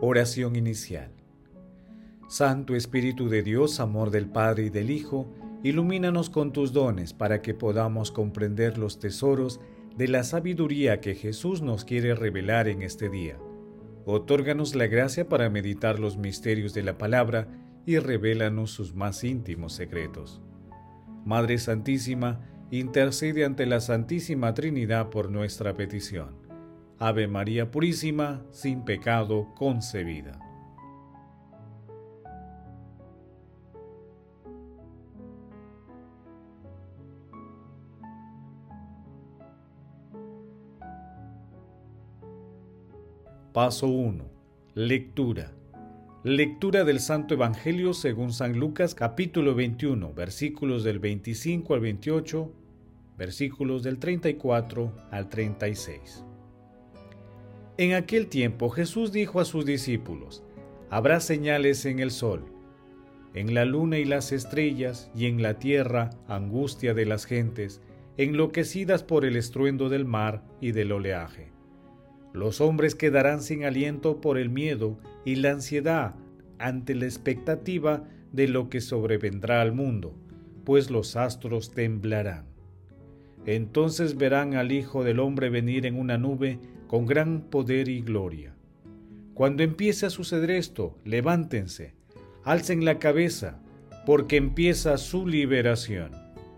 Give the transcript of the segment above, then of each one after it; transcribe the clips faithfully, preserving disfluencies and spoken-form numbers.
Oración inicial. Santo Espíritu de Dios, amor del Padre y del Hijo, ilumínanos con tus dones para que podamos comprender los tesoros de la sabiduría que Jesús nos quiere revelar en este día. Otórganos la gracia para meditar los misterios de la palabra y revélanos sus más íntimos secretos. Madre Santísima, intercede ante la Santísima Trinidad por nuestra petición. Ave María Purísima, sin pecado concebida. Paso uno. Lectura. Lectura del Santo Evangelio según San Lucas, capítulo veintiuno, versículos del veinticinco al veintiocho, versículos del treinta y cuatro al treinta y seis. En aquel tiempo Jesús dijo a sus discípulos: habrá señales en el sol, en la luna y las estrellas, y en la tierra angustia de las gentes, enloquecidas por el estruendo del mar y del oleaje. Los hombres quedarán sin aliento por el miedo y la ansiedad ante la expectativa de lo que sobrevendrá al mundo, pues los astros temblarán. Entonces verán al Hijo del Hombre venir en una nube con gran poder y gloria. Cuando empiece a suceder esto, levántense, alcen la cabeza, porque empieza su liberación.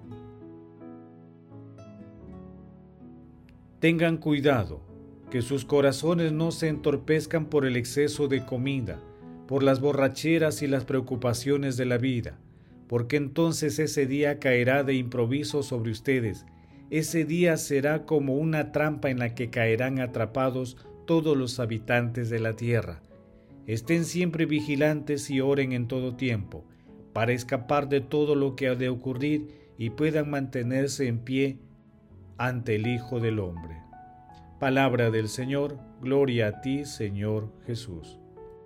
Tengan cuidado, que sus corazones no se entorpezcan por el exceso de comida, por las borracheras y las preocupaciones de la vida, porque entonces ese día caerá de improviso sobre ustedes. Ese día será como una trampa en la que caerán atrapados todos los habitantes de la tierra. Estén siempre vigilantes y oren en todo tiempo, para escapar de todo lo que ha de ocurrir y puedan mantenerse en pie ante el Hijo del Hombre. Palabra del Señor, gloria a ti, Señor Jesús.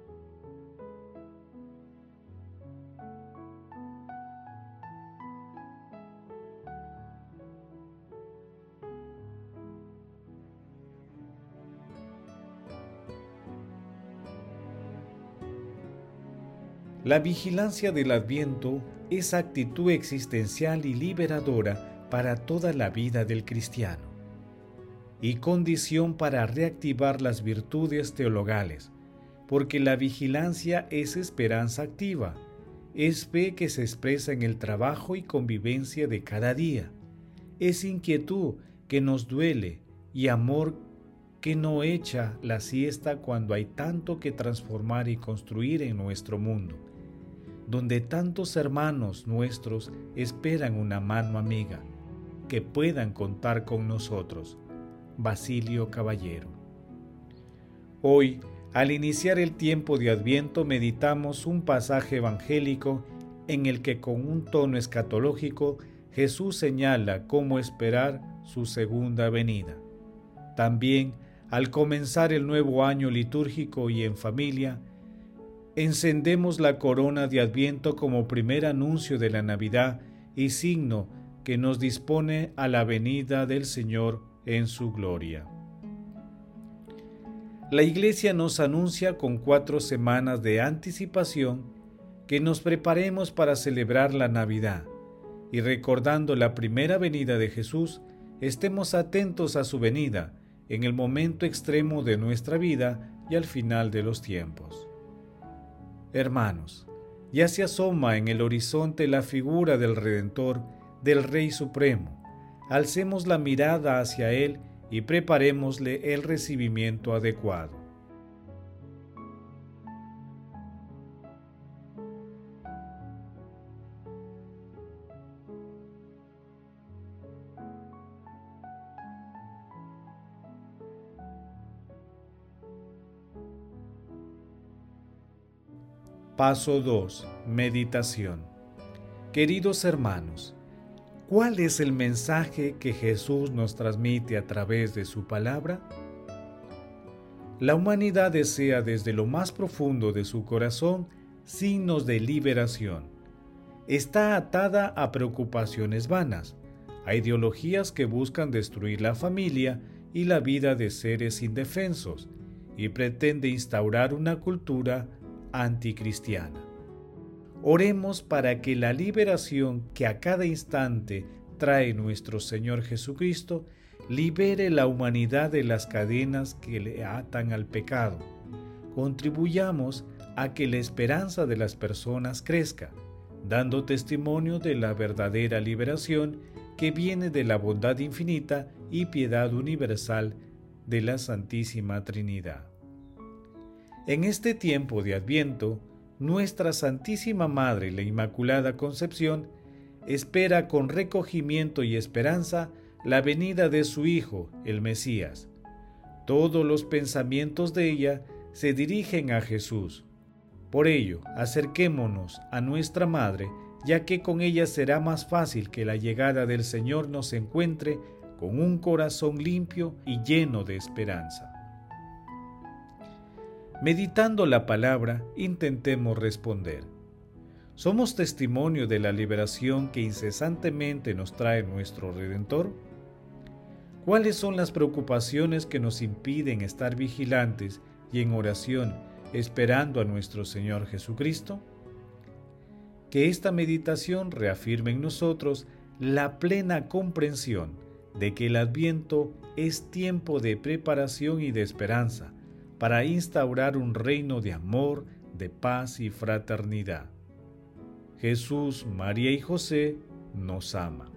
La vigilancia del Adviento es actitud existencial y liberadora para toda la vida del cristiano, y condición para reactivar las virtudes teologales, porque la vigilancia es esperanza activa, es fe que se expresa en el trabajo y convivencia de cada día, es inquietud que nos duele y amor que no echa la siesta cuando hay tanto que transformar y construir en nuestro mundo, donde tantos hermanos nuestros esperan una mano amiga, que puedan contar con nosotros. Basilio Caballero. Hoy, al iniciar el tiempo de Adviento, meditamos un pasaje evangélico en el que con un tono escatológico Jesús señala cómo esperar su segunda venida. También, al comenzar el nuevo año litúrgico y en familia, encendemos la corona de Adviento como primer anuncio de la Navidad y signo que nos dispone a la venida del Señor en su gloria. La Iglesia nos anuncia con cuatro semanas de anticipación que nos preparemos para celebrar la Navidad y, recordando la primera venida de Jesús, estemos atentos a su venida en el momento extremo de nuestra vida y al final de los tiempos. Hermanos, ya se asoma en el horizonte la figura del Redentor, del Rey Supremo. Alcemos la mirada hacia Él y preparémosle el recibimiento adecuado. Paso dos. Meditación. Queridos hermanos, ¿cuál es el mensaje que Jesús nos transmite a través de su palabra? La humanidad desea desde lo más profundo de su corazón signos de liberación. Está atada a preocupaciones vanas, a ideologías que buscan destruir la familia y la vida de seres indefensos, y pretende instaurar una cultura anticristiana. Oremos para que la liberación que a cada instante trae nuestro Señor Jesucristo libere la humanidad de las cadenas que le atan al pecado. Contribuyamos a que la esperanza de las personas crezca, dando testimonio de la verdadera liberación que viene de la bondad infinita y piedad universal de la Santísima Trinidad. En este tiempo de Adviento, nuestra Santísima Madre, la Inmaculada Concepción, espera con recogimiento y esperanza la venida de su Hijo, el Mesías. Todos los pensamientos de ella se dirigen a Jesús. Por ello, acerquémonos a nuestra Madre, ya que con ella será más fácil que la llegada del Señor nos encuentre con un corazón limpio y lleno de esperanza. Meditando la palabra, intentemos responder. ¿Somos testimonio de la liberación que incesantemente nos trae nuestro Redentor? ¿Cuáles son las preocupaciones que nos impiden estar vigilantes y en oración esperando a nuestro Señor Jesucristo? Que esta meditación reafirme en nosotros la plena comprensión de que el Adviento es tiempo de preparación y de esperanza para instaurar un reino de amor, de paz y fraternidad. Jesús, María y José nos ama.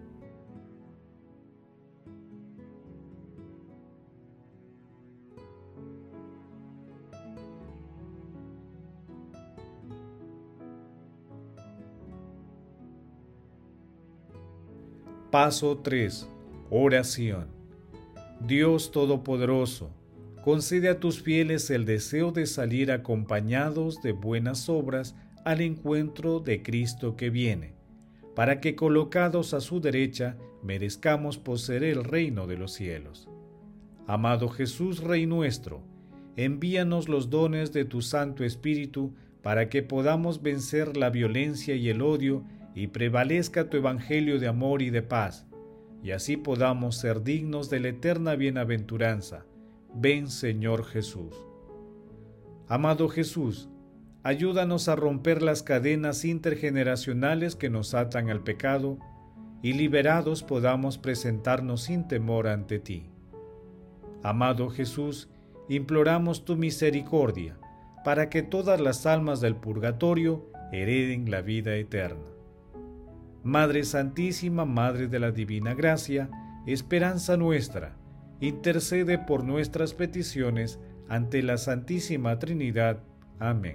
Paso tres. Oración. Dios Todopoderoso, concede a tus fieles el deseo de salir acompañados de buenas obras al encuentro de Cristo que viene, para que colocados a su derecha merezcamos poseer el reino de los cielos. Amado Jesús, Rey nuestro, envíanos los dones de tu Santo Espíritu para que podamos vencer la violencia y el odio y prevalezca tu evangelio de amor y de paz, y así podamos ser dignos de la eterna bienaventuranza. Ven, Señor Jesús. Amado Jesús, ayúdanos a romper las cadenas intergeneracionales que nos atan al pecado y liberados podamos presentarnos sin temor ante ti. Amado Jesús, imploramos tu misericordia para que todas las almas del purgatorio hereden la vida eterna. Madre Santísima, Madre de la Divina Gracia, esperanza nuestra, intercede por nuestras peticiones ante la Santísima Trinidad. Amén.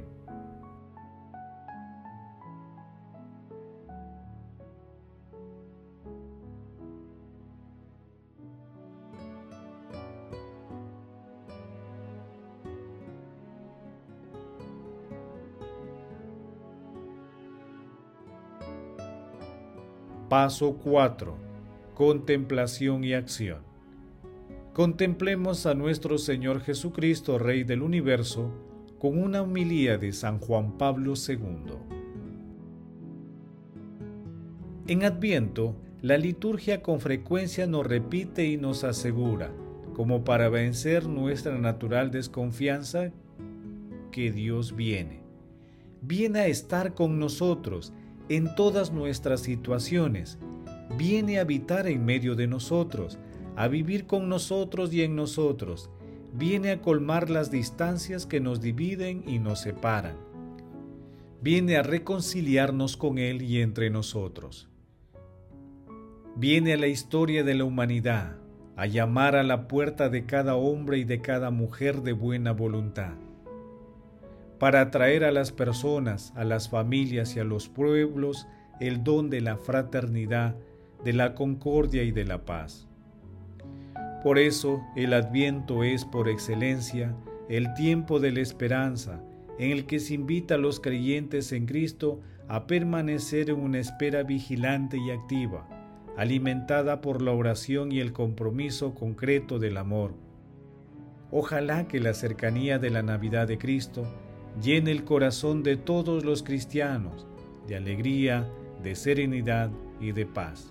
Paso cuatro. Contemplación y acción. Contemplemos a nuestro Señor Jesucristo, Rey del Universo, con una homilía de San Juan Pablo segundo. En Adviento, la liturgia con frecuencia nos repite y nos asegura, como para vencer nuestra natural desconfianza, que Dios viene. Viene a estar con nosotros en todas nuestras situaciones, viene a habitar en medio de nosotros, a vivir con nosotros y en nosotros, viene a colmar las distancias que nos dividen y nos separan, viene a reconciliarnos con Él y entre nosotros. Viene a la historia de la humanidad, a llamar a la puerta de cada hombre y de cada mujer de buena voluntad, para atraer a las personas, a las familias y a los pueblos el don de la fraternidad, de la concordia y de la paz. Por eso el Adviento es por excelencia el tiempo de la esperanza, en el que se invita a los creyentes en Cristo a permanecer en una espera vigilante y activa, alimentada por la oración y el compromiso concreto del amor. Ojalá que la cercanía de la Navidad de Cristo llene el corazón de todos los cristianos de alegría, de serenidad y de paz.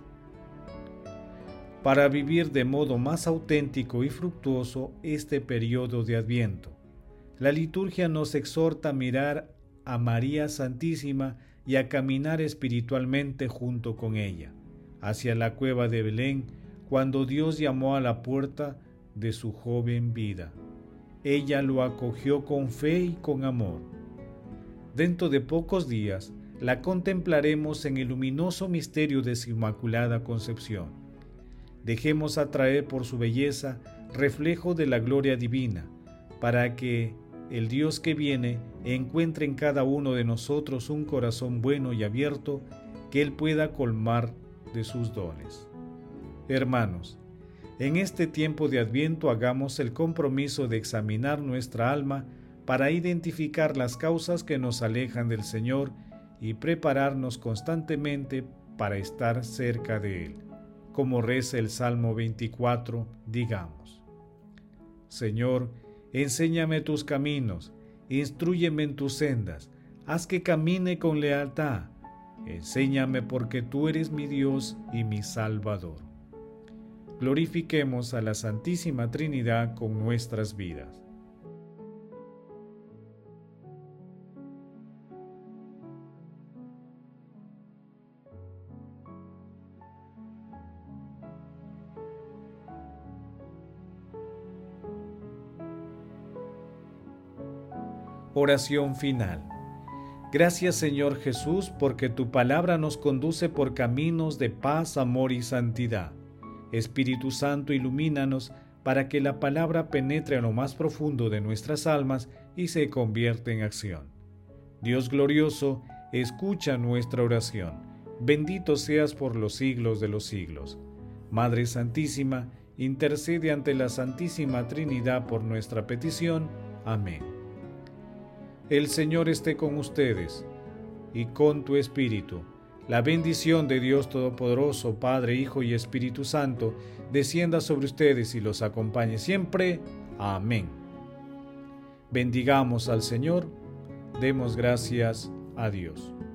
Para vivir de modo más auténtico y fructuoso este periodo de Adviento, La liturgia nos exhorta a mirar a María Santísima y a caminar espiritualmente junto con ella, hacia la cueva de Belén, cuando Dios llamó a la puerta de su joven vida. Ella lo acogió con fe y con amor. Dentro de pocos días, la contemplaremos en el luminoso misterio de su Inmaculada Concepción. Dejemos atraer por su belleza, reflejo de la gloria divina, para que el Dios que viene encuentre en cada uno de nosotros un corazón bueno y abierto que Él pueda colmar de sus dones. Hermanos, en este tiempo de Adviento hagamos el compromiso de examinar nuestra alma para identificar las causas que nos alejan del Señor y prepararnos constantemente para estar cerca de Él. Como reza el Salmo veinticuatro, digamos: Señor, enséñame tus caminos, instrúyeme en tus sendas, haz que camine con lealtad. Enséñame porque tú eres mi Dios y mi Salvador. Glorifiquemos a la Santísima Trinidad con nuestras vidas. Oración final. Gracias, Señor Jesús, porque tu palabra nos conduce por caminos de paz, amor y santidad. Espíritu Santo, ilumínanos para que la palabra penetre a lo más profundo de nuestras almas y se convierta en acción. Dios glorioso, escucha nuestra oración. Bendito seas por los siglos de los siglos. Madre Santísima, intercede ante la Santísima Trinidad por nuestra petición. Amén. El Señor esté con ustedes y con tu espíritu. La bendición de Dios Todopoderoso, Padre, Hijo y Espíritu Santo, descienda sobre ustedes y los acompañe siempre. Amén. Bendigamos al Señor. Demos gracias a Dios.